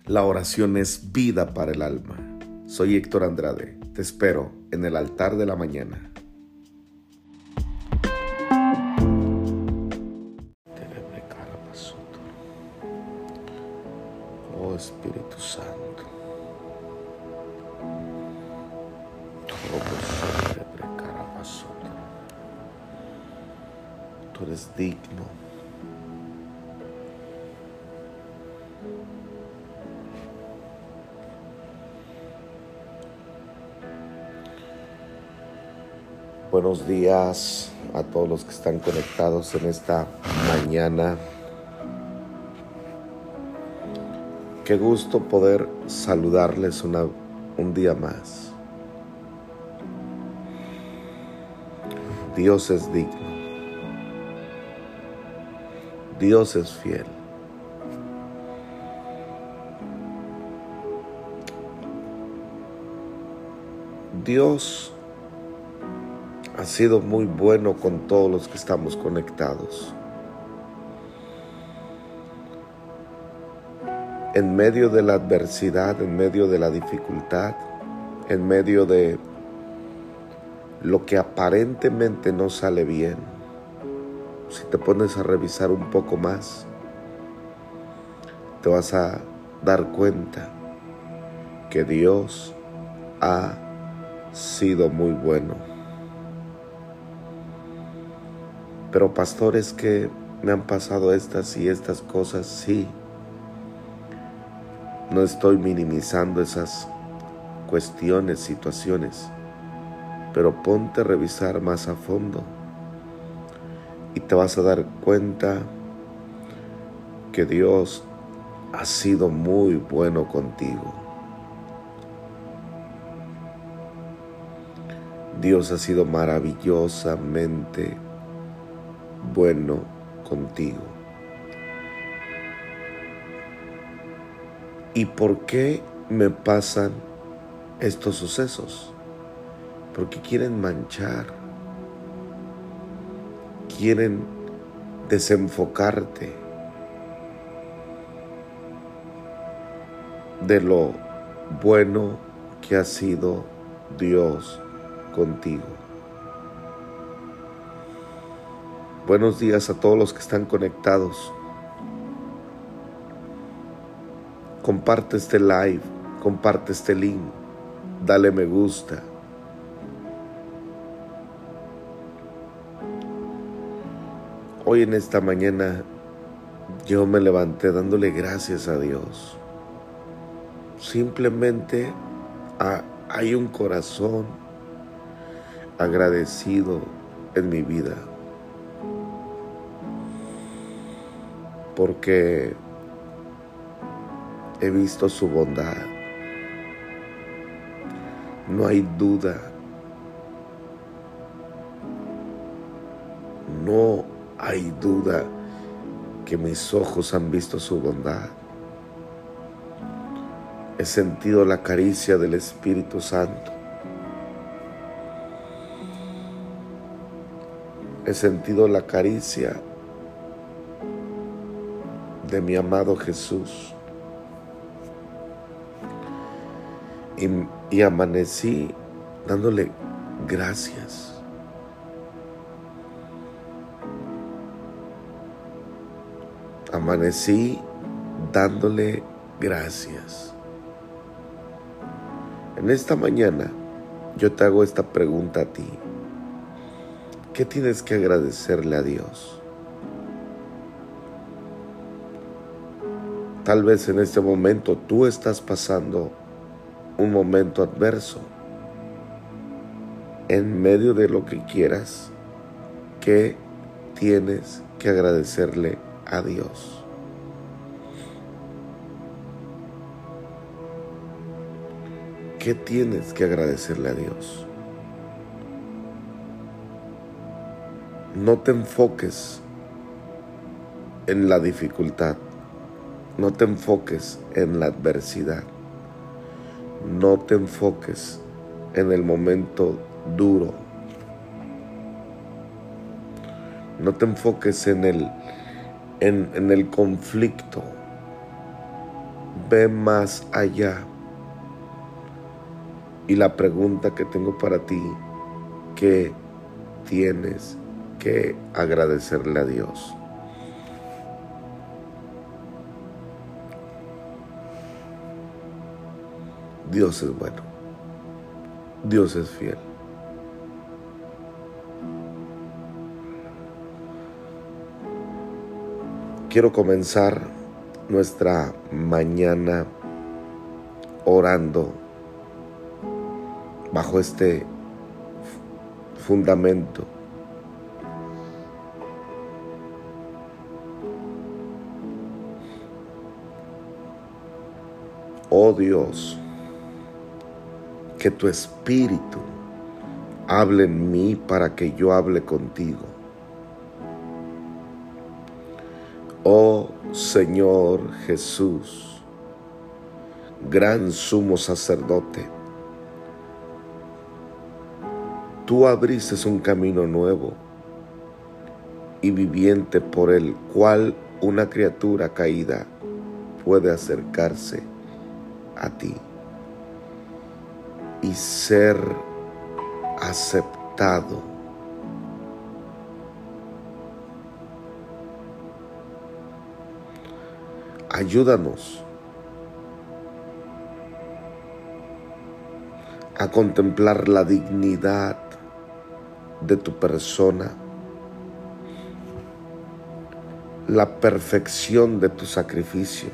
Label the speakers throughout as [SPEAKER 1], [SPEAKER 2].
[SPEAKER 1] La oración es vida para el alma. Soy Héctor Andrade. Te espero en el altar de la mañana. Oh Espíritu Santo, tú eres digno. Buenos días a todos los que están conectados en esta mañana. Qué gusto poder saludarles un día más. Dios es digno. Dios es fiel. Dios ha sido muy bueno con todos los que estamos conectados. En medio de la adversidad, en medio de la dificultad, en medio de lo que aparentemente no sale bien, si te pones a revisar un poco más, te vas a dar cuenta que Dios ha sido muy bueno. Pero pastores, que me han pasado estas y estas cosas, sí. No estoy minimizando esas cuestiones, situaciones, pero ponte a revisar más a fondo y te vas a dar cuenta que Dios ha sido muy bueno contigo. Dios ha sido maravillosamente bueno contigo. ¿Y por qué me pasan estos sucesos? Porque quieren manchar, quieren desenfocarte de lo bueno que ha sido Dios contigo. Buenos días a todos los que están conectados. Comparte este live, comparte este link, dale me gusta. Hoy en esta mañana yo me levanté dándole gracias a Dios. Simplemente hay un corazón agradecido en mi vida, porque he visto su bondad. No hay duda, no hay duda que mis ojos han visto su bondad. He sentido la caricia del Espíritu Santo. He sentido la caricia de mi amado Jesús. Y amanecí dándole gracias. Amanecí dándole gracias. En esta mañana yo te hago esta pregunta a ti. ¿Qué tienes que agradecerle a Dios? Tal vez en este momento tú estás pasando un momento adverso. En medio de lo que quieras, ¿qué tienes que agradecerle a Dios? ¿Qué tienes que agradecerle a Dios? No te enfoques en la dificultad. No te enfoques en la adversidad. No te enfoques en el momento duro. No te enfoques en el conflicto. ve más allá. Y la pregunta que tengo para ti, ¿qué tienes que agradecerle a Dios? Dios es bueno. Dios es fiel. Quiero comenzar nuestra mañana orando bajo este fundamento. Oh Dios, que tu Espíritu hable en mí para que yo hable contigo. Oh Señor Jesús, gran sumo sacerdote, tú abriste un camino nuevo y viviente por el cual una criatura caída puede acercarse a ti y ser aceptado. Ayúdanos a contemplar la dignidad de tu persona, la perfección de tu sacrificio.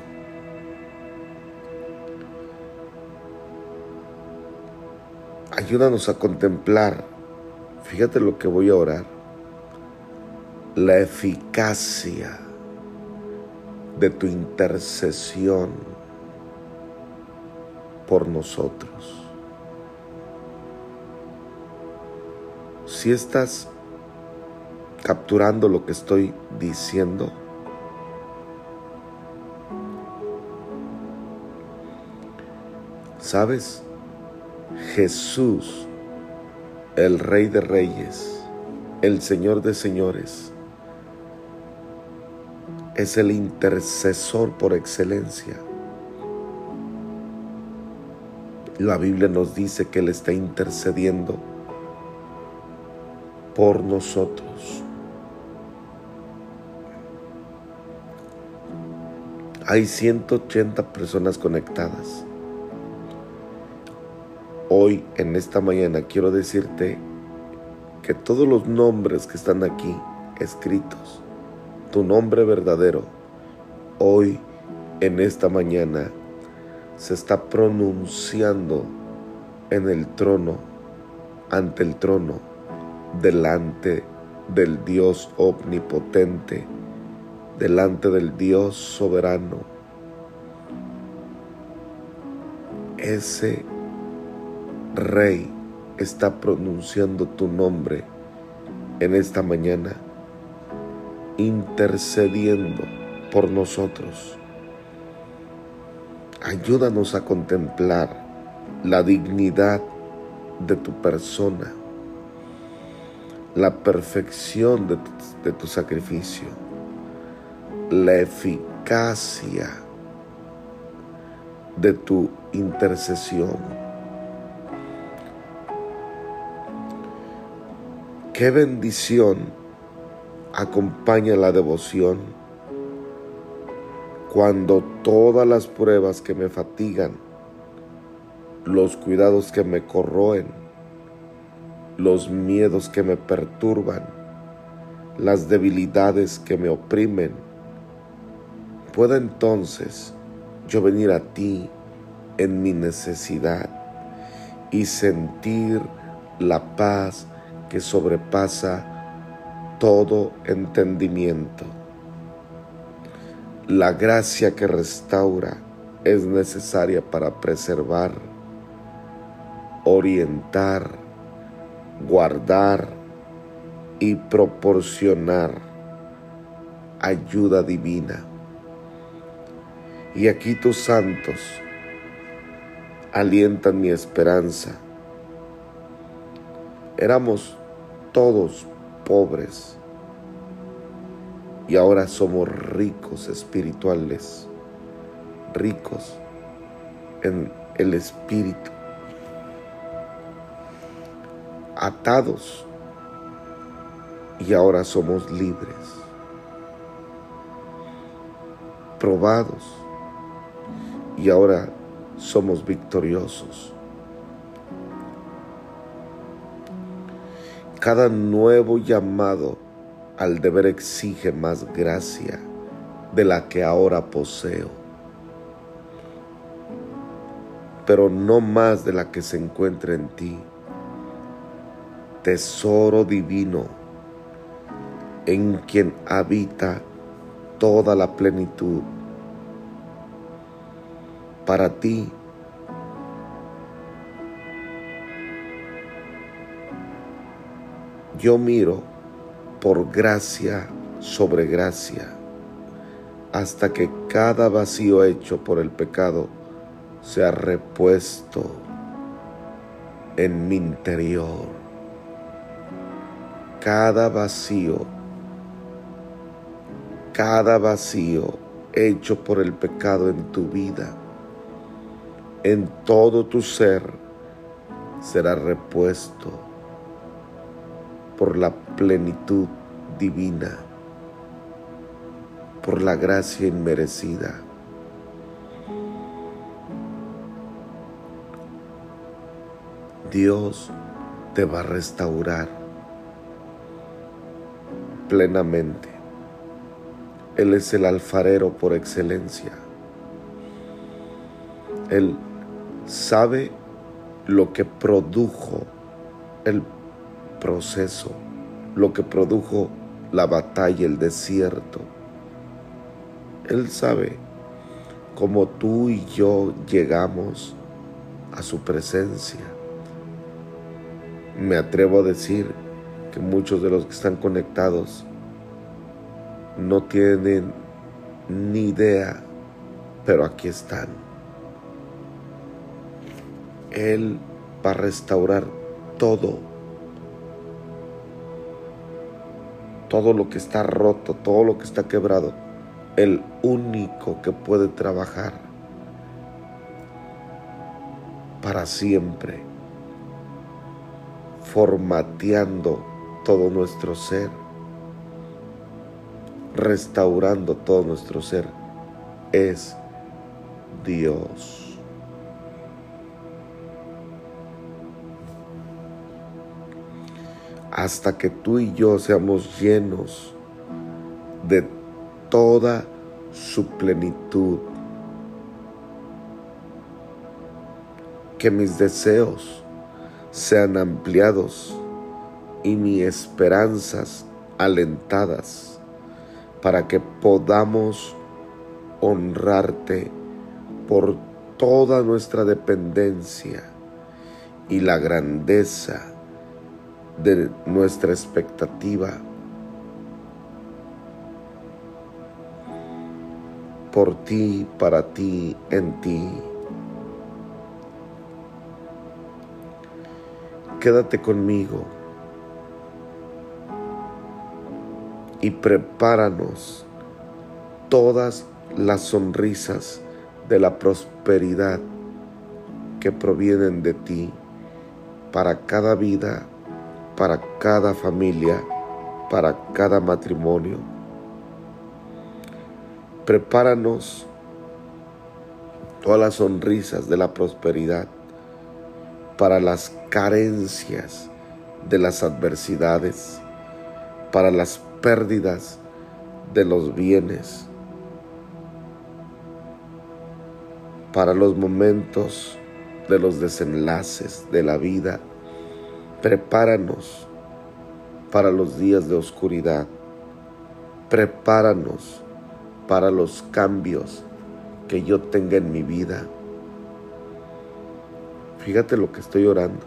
[SPEAKER 1] Ayúdanos a contemplar, fíjate lo que voy a orar, la eficacia de tu intercesión por nosotros. Si estás capturando lo que estoy diciendo, ¿sabes? Jesús, el Rey de Reyes, el Señor de Señores, es el intercesor por excelencia. La Biblia nos dice que Él está intercediendo por nosotros. Hay 180 personas conectadas. Hoy, en esta mañana, quiero decirte que todos los nombres que están aquí escritos, tu nombre verdadero, hoy, en esta mañana, se está pronunciando en el trono, ante el trono, delante del Dios omnipotente, delante del Dios soberano. Ese Rey está pronunciando tu nombre en esta mañana, intercediendo por nosotros. Ayúdanos a contemplar la dignidad de tu persona, la perfección de tu sacrificio, la eficacia de tu intercesión. Qué bendición acompaña la devoción cuando todas las pruebas que me fatigan, los cuidados que me corroen, los miedos que me perturban, las debilidades que me oprimen, pueda entonces yo venir a ti en mi necesidad y sentir la paz que sobrepasa todo entendimiento. La gracia que restaura es necesaria para preservar, orientar, guardar y proporcionar ayuda divina. Y aquí tus santos alientan mi esperanza. Éramos todos pobres y ahora somos ricos espirituales, ricos en el Espíritu, atados, y ahora somos libres, probados, y ahora somos victoriosos. Cada nuevo llamado al deber exige más gracia de la que ahora poseo, pero no más de la que se encuentra en ti. Tesoro divino, en quien habita toda la plenitud. Para ti, yo miro por gracia sobre gracia, hasta que cada vacío hecho por el pecado sea repuesto en mi interior. Cada vacío hecho por el pecado en tu vida, en todo tu ser, será repuesto por la plenitud divina, por la gracia inmerecida. Dios te va a restaurar plenamente. Él es el alfarero por excelencia. Él sabe lo que produjo el proceso, lo que produjo la batalla, el desierto. Él sabe cómo tú y yo llegamos a su presencia. Me atrevo a decir que muchos de los que están conectados no tienen ni idea, pero aquí están. Él va a restaurar todo lo que está roto, todo lo que está quebrado. El único que puede trabajar para siempre, formateando todo nuestro ser, restaurando todo nuestro ser, es Dios. Hasta que tú y yo seamos llenos de toda su plenitud, que mis deseos sean ampliados y mis esperanzas alentadas, para que podamos honrarte por toda nuestra dependencia y la grandeza de nuestra expectativa por ti, para ti, en ti. Quédate conmigo y prepáranos todas las sonrisas de la prosperidad que provienen de ti para cada vida, para cada familia, para cada matrimonio. Prepáranos todas las sonrisas de la prosperidad para las carencias de las adversidades, para las pérdidas de los bienes, para los momentos de los desenlaces de la vida. Prepáranos para los días de oscuridad. Prepáranos para los cambios que yo tenga en mi vida. Fíjate lo que estoy orando.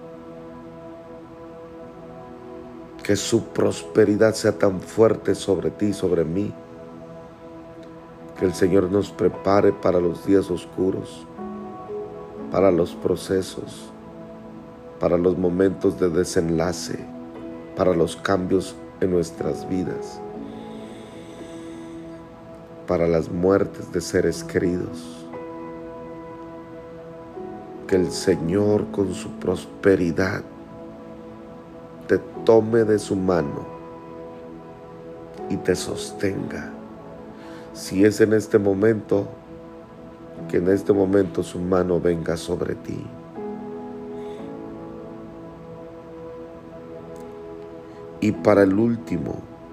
[SPEAKER 1] Que su prosperidad sea tan fuerte sobre ti y sobre mí, que el Señor nos prepare para los días oscuros, para los procesos, para los momentos de desenlace, para los cambios en nuestras vidas, para las muertes de seres queridos. que el Señor con su prosperidad te tome de su mano y te sostenga. Si es en este momento, que en este momento su mano venga sobre ti. Y para el último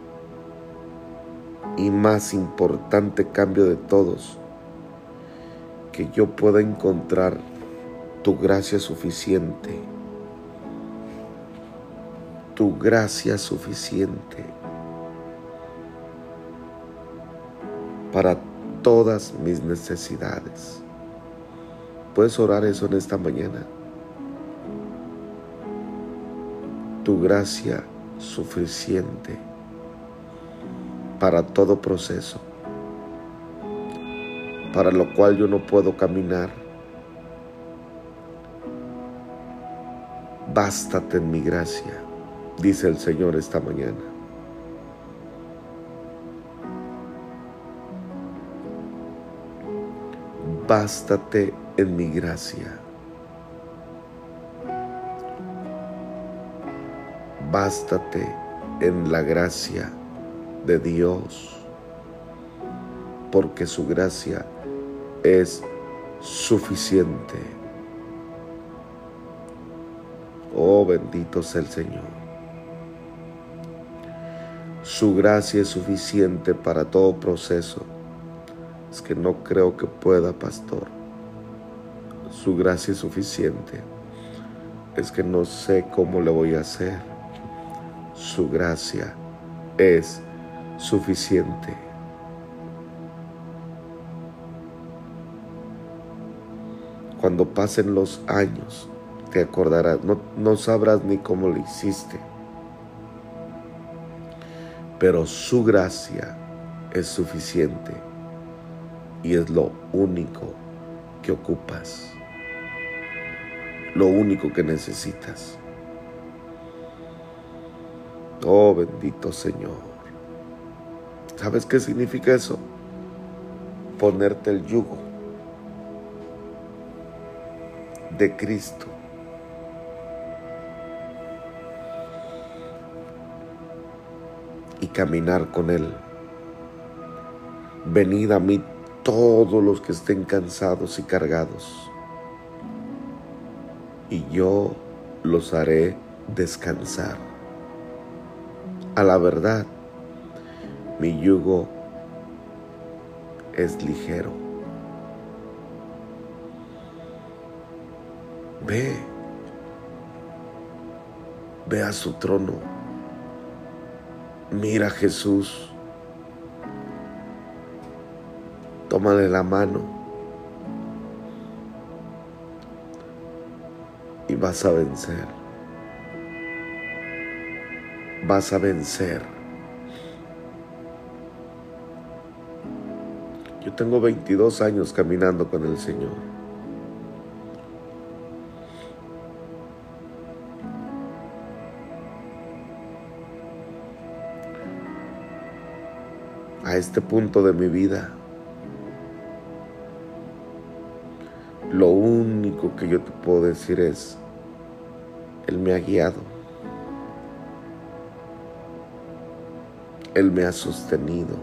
[SPEAKER 1] y más importante cambio de todos, que yo pueda encontrar tu gracia suficiente. Tu gracia suficiente para todas mis necesidades. ¿Puedes orar eso en esta mañana? Tu gracia suficiente para todo proceso, para lo cual yo no puedo caminar. Bástate en mi gracia, dice el Señor esta mañana. Bástate en mi gracia. Bástate en la gracia de Dios, porque su gracia es suficiente. Oh, bendito sea el Señor. Su gracia es suficiente para todo proceso. Es que no creo que pueda, pastor. Su gracia es suficiente. Es que no sé cómo le voy a hacer. Su gracia es suficiente. Cuando pasen los años, te acordarás, no sabrás ni cómo lo hiciste, pero su gracia es suficiente y es lo único que ocupas, lo único que necesitas. Oh, bendito Señor. ¿Sabes qué significa eso? Ponerte el yugo de Cristo. Y caminar con Él. Venid a mí todos los que estén cansados y cargados, y yo los haré descansar. A la verdad, mi yugo es ligero. Ve a su trono. Mira a Jesús. Tómale la mano y vas a vencer. Vas a vencer. Yo tengo 22 años caminando con el Señor. A este punto de mi vida, lo único que yo te puedo decir es, Él me ha guiado. Él me ha sostenido.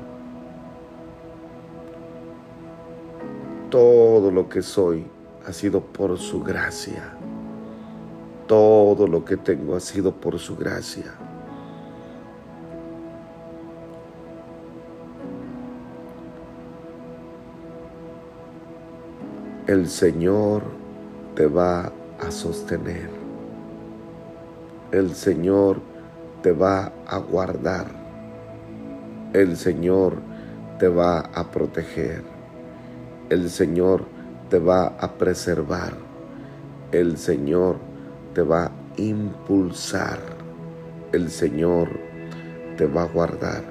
[SPEAKER 1] Todo lo que soy ha sido por su gracia. Todo lo que tengo ha sido por su gracia. El Señor te va a sostener. El Señor te va a guardar. El Señor te va a proteger. El Señor te va a preservar. El Señor te va a impulsar. El Señor te va a guardar.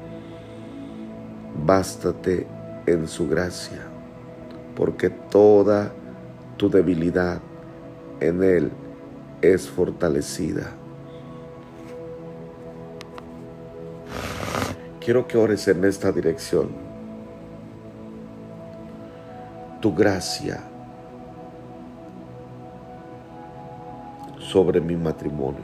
[SPEAKER 1] Bástate en su gracia, porque toda tu debilidad en Él es fortalecida. Quiero que ores en esta dirección. Tu gracia sobre mi matrimonio,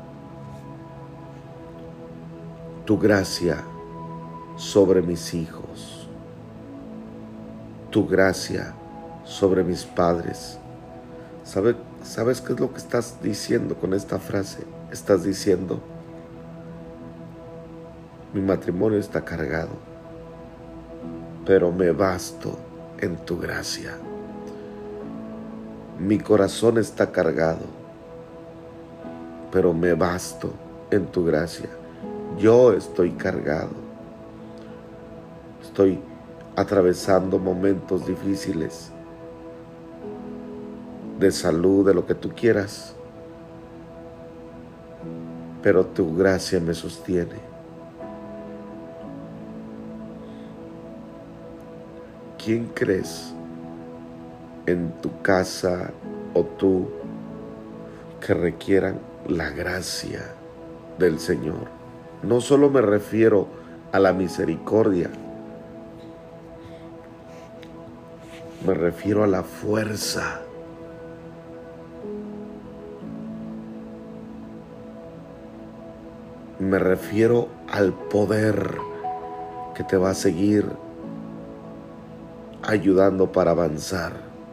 [SPEAKER 1] tu gracia sobre mis hijos, tu gracia sobre mis padres. ¿Sabes qué es lo que estás diciendo con esta frase? Estás diciendo, mi matrimonio está cargado, pero me basto en tu gracia. Mi corazón está cargado, pero me basto en tu gracia. Yo estoy cargado. Estoy atravesando momentos difíciles de salud, de lo que tú quieras, pero tu gracia me sostiene. ¿Quién crees en tu casa o tú que requieran la gracia del Señor? No solo me refiero a la misericordia, me refiero a la fuerza. Me refiero al poder que te va a seguir ayudando para avanzar.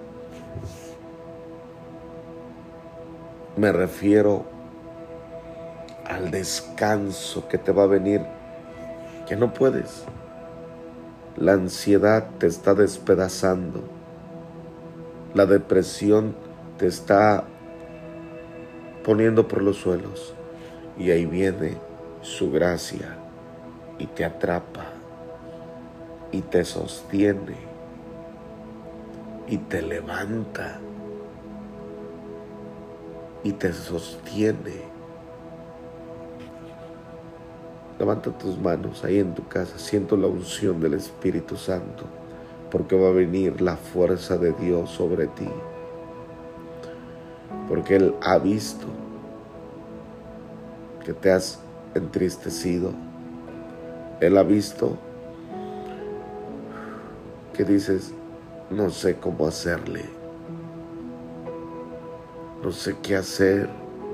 [SPEAKER 1] Me refiero al descanso que te va a venir, que no puedes. La ansiedad te está despedazando. La depresión te está poniendo por los suelos. Y ahí viene su gracia y te atrapa y te sostiene y te levanta y te sostiene. Levanta tus manos ahí en tu casa. Siento la unción del Espíritu Santo, porque va a venir la fuerza de Dios sobre ti, porque Él ha visto que te has entristecido. Él ha visto que dices, no sé cómo hacerle, no sé qué hacer.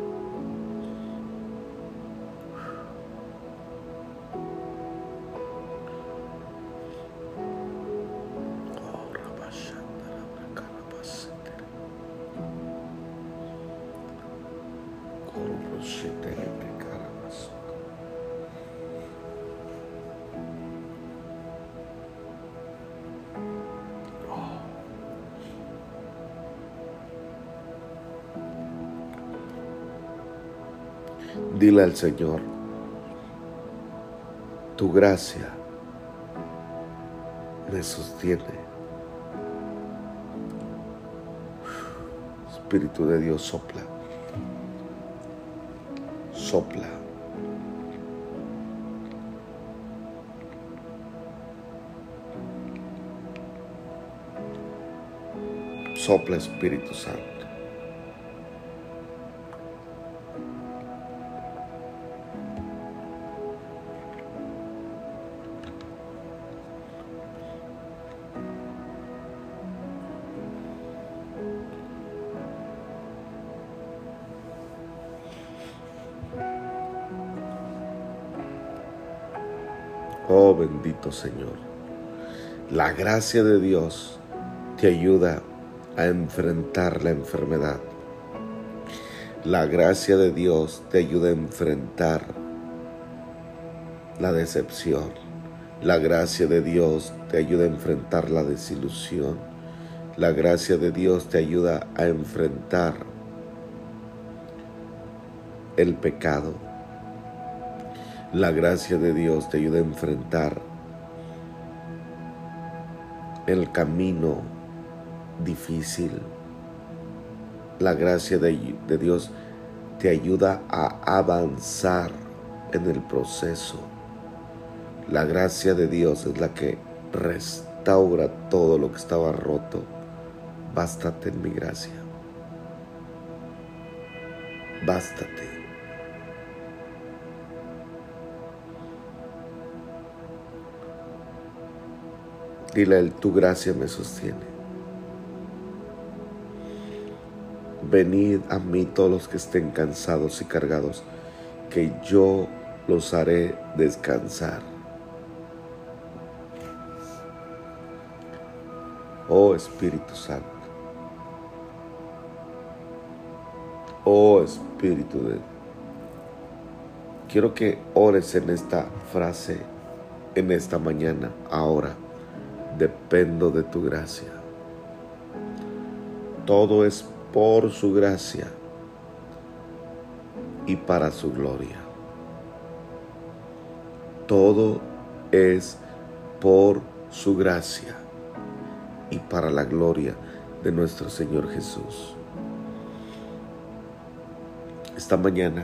[SPEAKER 1] Dile al Señor, tu gracia me sostiene. Espíritu de Dios, sopla, sopla. Sopla, Espíritu Santo. Oh, bendito Señor. La gracia de Dios te ayuda a enfrentar la enfermedad. La gracia de Dios te ayuda a enfrentar la decepción. La gracia de Dios te ayuda a enfrentar la desilusión. La gracia de Dios te ayuda a enfrentar el pecado. La gracia de Dios te ayuda a enfrentar el camino difícil. La gracia de Dios te ayuda a avanzar en el proceso. La gracia de Dios es la que restaura todo lo que estaba roto. Bástate en mi gracia. Bástate. Dile a Él, tu gracia me sostiene. venid a mí todos los que estén cansados y cargados, que yo los haré descansar. Oh Espíritu Santo, oh Espíritu de Dios, quiero que ores en esta frase, en esta mañana. Ahora dependo de tu gracia. Todo es por su gracia y para su gloria. Todo es por su gracia y para la gloria de nuestro Señor Jesús. Esta mañana,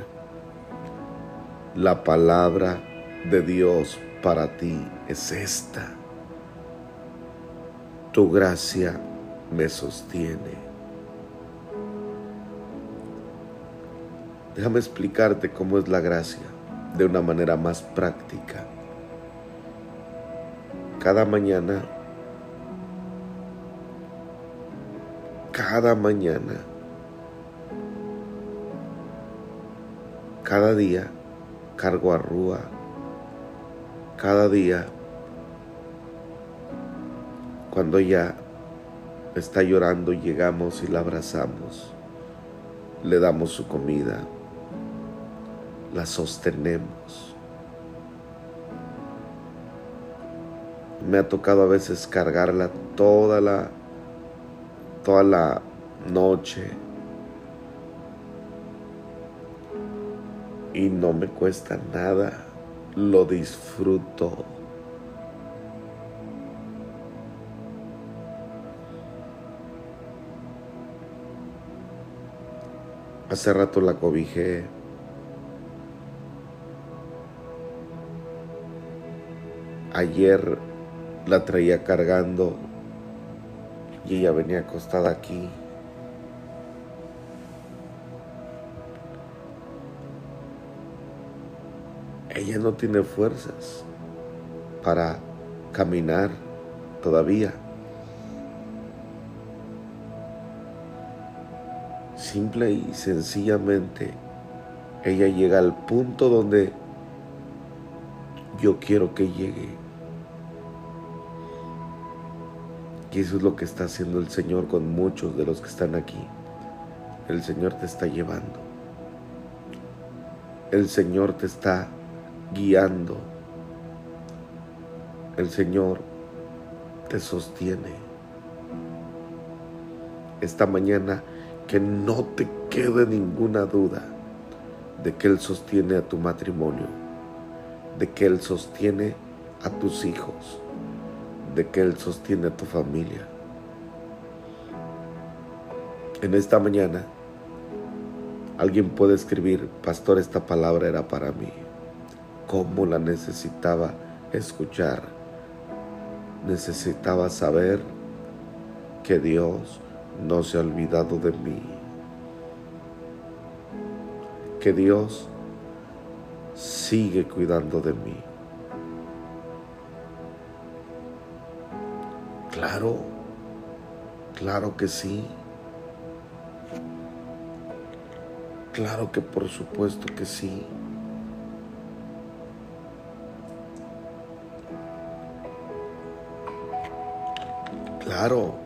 [SPEAKER 1] la palabra de Dios para ti es esta: tu gracia me sostiene. Déjame explicarte cómo es la gracia de una manera más práctica. Cada mañana, cada día cargo a Rúa. Cada día, cuando ella está llorando, llegamos y la abrazamos, le damos su comida, la sostenemos. Me ha tocado a veces cargarla toda la noche y no me cuesta nada, lo disfruto. Hace rato la cobijé. Ayer la traía cargando y ella venía acostada aquí. Ella no tiene fuerzas para caminar todavía. Simple y sencillamente, ella llega al punto donde yo quiero que llegue. Y eso es lo que está haciendo el Señor con muchos de los que están aquí. El Señor te está llevando. El Señor te está guiando. El Señor te sostiene. Esta mañana, que no te quede ninguna duda de que Él sostiene a tu matrimonio, de que Él sostiene a tus hijos, de que Él sostiene a tu familia. En esta mañana, alguien puede escribir: pastor, esta palabra era para mí. ¿Cómo la necesitaba escuchar? Necesitaba saber que Dios no se ha olvidado de mí, que Dios sigue cuidando de mí. Claro que sí. Claro que por supuesto que sí. Claro.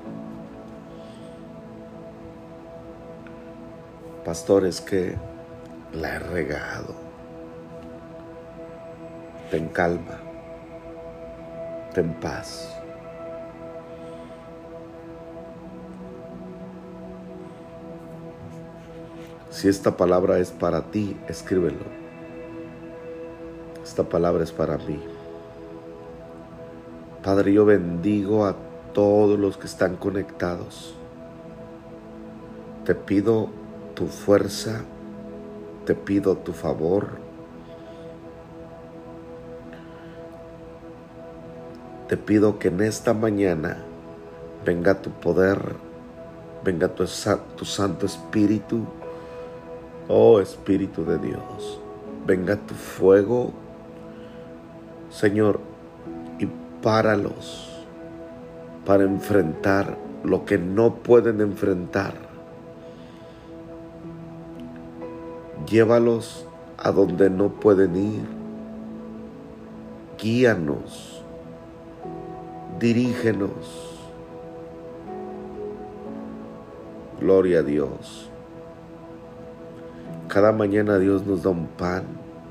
[SPEAKER 1] Pastor, es que la he regado. Ten calma. Ten paz. Si esta palabra es para ti, escríbelo. Esta palabra es para mí. Padre, yo bendigo a todos los que están conectados. Te pido tu fuerza, te pido tu favor. Te pido que en esta mañana venga tu poder, venga tu Santo Espíritu. Oh Espíritu de Dios, venga tu fuego, Señor, y páralos para enfrentar lo que no pueden enfrentar. Llévalos a donde no pueden ir. Guíanos. Dirígenos. Gloria a Dios. Cada mañana Dios nos da un pan.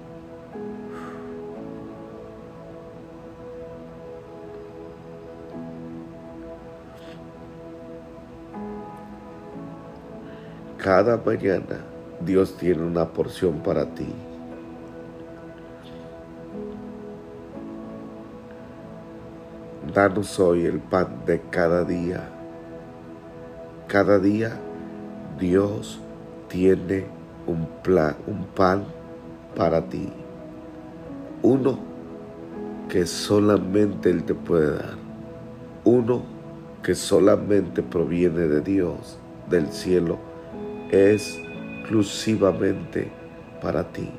[SPEAKER 1] Cada mañana Dios tiene una porción para ti. Danos hoy el pan de cada día. Cada día Dios tiene un pan para ti. Uno que solamente Él te puede dar. Uno que solamente proviene de Dios, del cielo, exclusivamente para ti.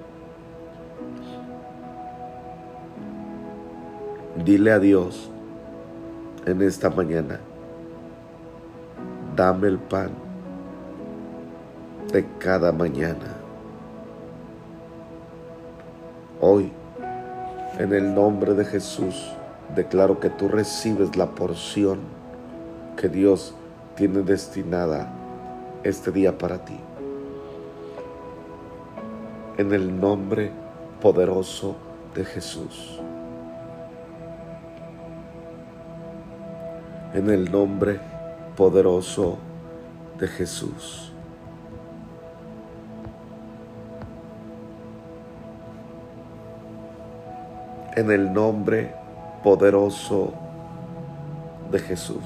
[SPEAKER 1] Dile a Dios en esta mañana: dame el pan de cada mañana. Hoy, en el nombre de Jesús, declaro que tú recibes la porción que Dios tiene destinada este día para ti. En el nombre poderoso de Jesús. En el nombre poderoso de Jesús. En el nombre poderoso de Jesús.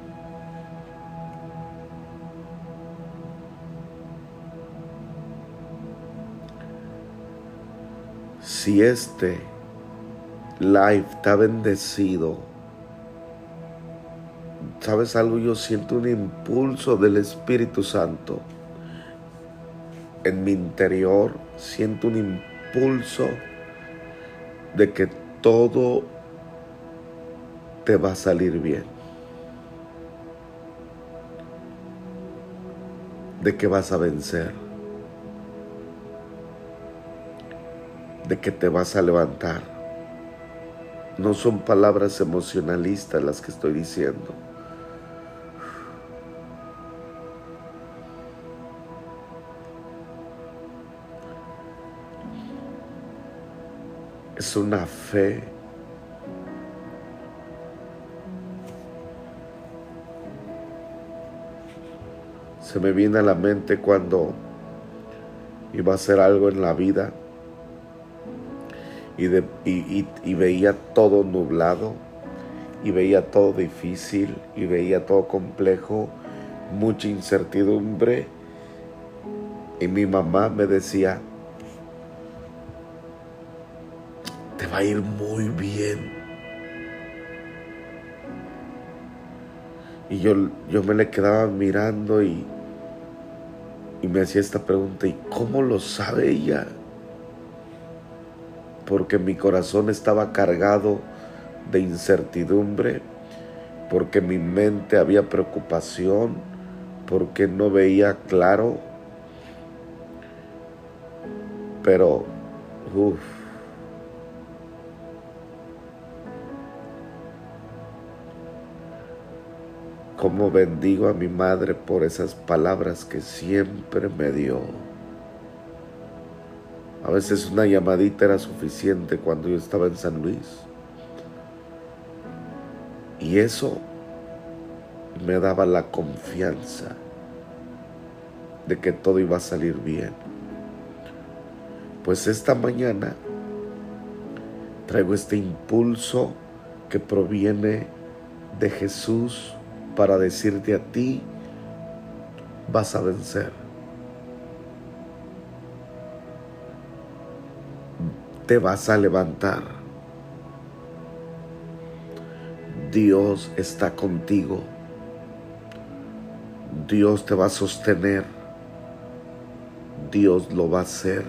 [SPEAKER 1] Si este live está bendecido, ¿sabes algo? Yo siento un impulso del Espíritu Santo. En mi interior siento un impulso de que todo te va a salir bien. De que vas a vencer. De que te vas a levantar. No son palabras emocionalistas las que estoy diciendo. Es una fe se me viene a la mente cuando iba a hacer algo en la vida y veía todo nublado y veía todo difícil y veía todo complejo, mucha incertidumbre, y mi mamá me decía: te va a ir muy bien. Y yo me le quedaba mirando y me hacía esta pregunta: ¿y cómo lo sabe ella? Porque mi corazón estaba cargado de incertidumbre, porque mi mente había preocupación, porque no veía claro. Pero, cómo bendigo a mi madre por esas palabras que siempre me dio. A veces una llamadita era suficiente cuando yo estaba en San Luis. Y eso me daba la confianza de que todo iba a salir bien. Pues esta mañana traigo este impulso que proviene de Jesús para decirte a ti: vas a vencer. Te vas a levantar. Dios está contigo. Dios te va a sostener. Dios lo va a hacer.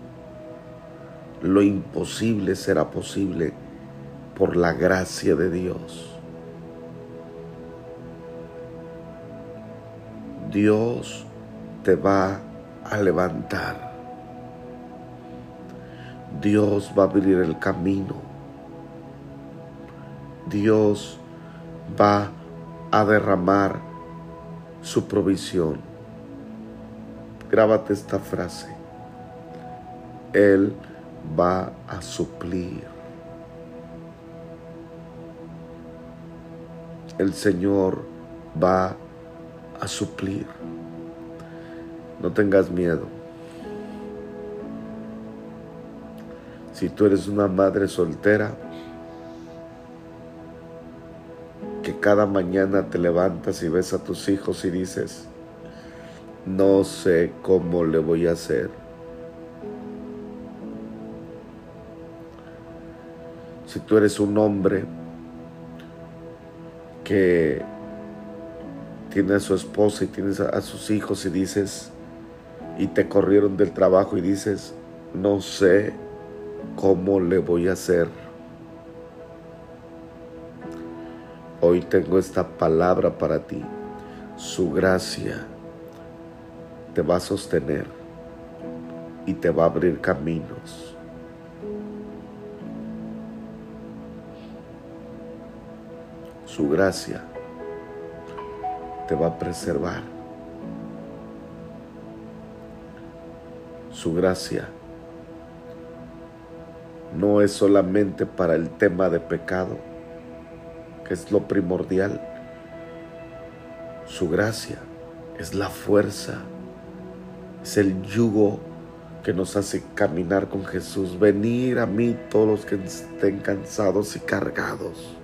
[SPEAKER 1] Lo imposible será posible por la gracia de Dios. Dios te va a levantar. Dios va a abrir el camino. Dios va a derramar su provisión. Grábate esta frase. Él va a suplir. El Señor va a suplir. No tengas miedo. Si tú eres una madre soltera, que cada mañana te levantas y ves a tus hijos y dices, no sé cómo le voy a hacer. Si tú eres un hombre que tiene a su esposa y tienes a sus hijos y dices, y te corrieron del trabajo y dices, no sé cómo le voy a hacer. Hoy tengo esta palabra para ti. Su gracia te va a sostener y te va a abrir caminos. Su gracia te va a preservar. Su gracia no es solamente para el tema de pecado, que es lo primordial. Su gracia es la fuerza, es el yugo que nos hace caminar con Jesús. Venid a mí todos los que estén cansados y cargados.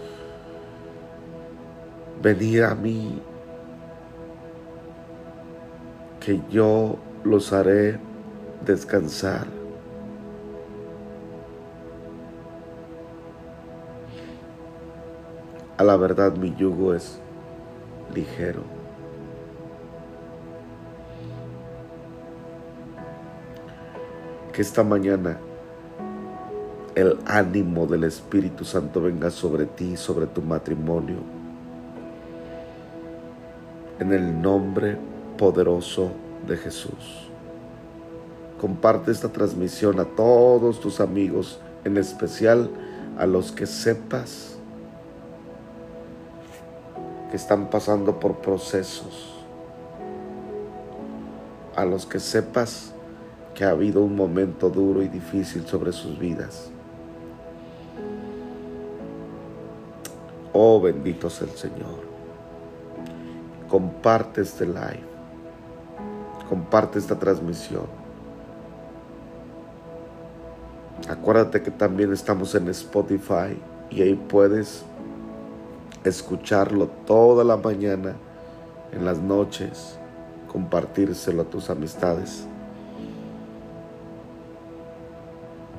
[SPEAKER 1] Venid a mí, que yo los haré descansar. A la verdad, mi yugo es ligero. Que esta mañana el ánimo del Espíritu Santo venga sobre ti, sobre tu matrimonio. En el nombre poderoso de Jesús. Comparte esta transmisión a todos tus amigos, en especial a los que sepas que están pasando por procesos, a los que sepas que ha habido un momento duro y difícil sobre sus vidas. Oh, bendito sea el Señor. Comparte este live, comparte esta transmisión. Acuérdate que también estamos en Spotify y ahí puedes escucharlo toda la mañana, en las noches, compartírselo a tus amistades.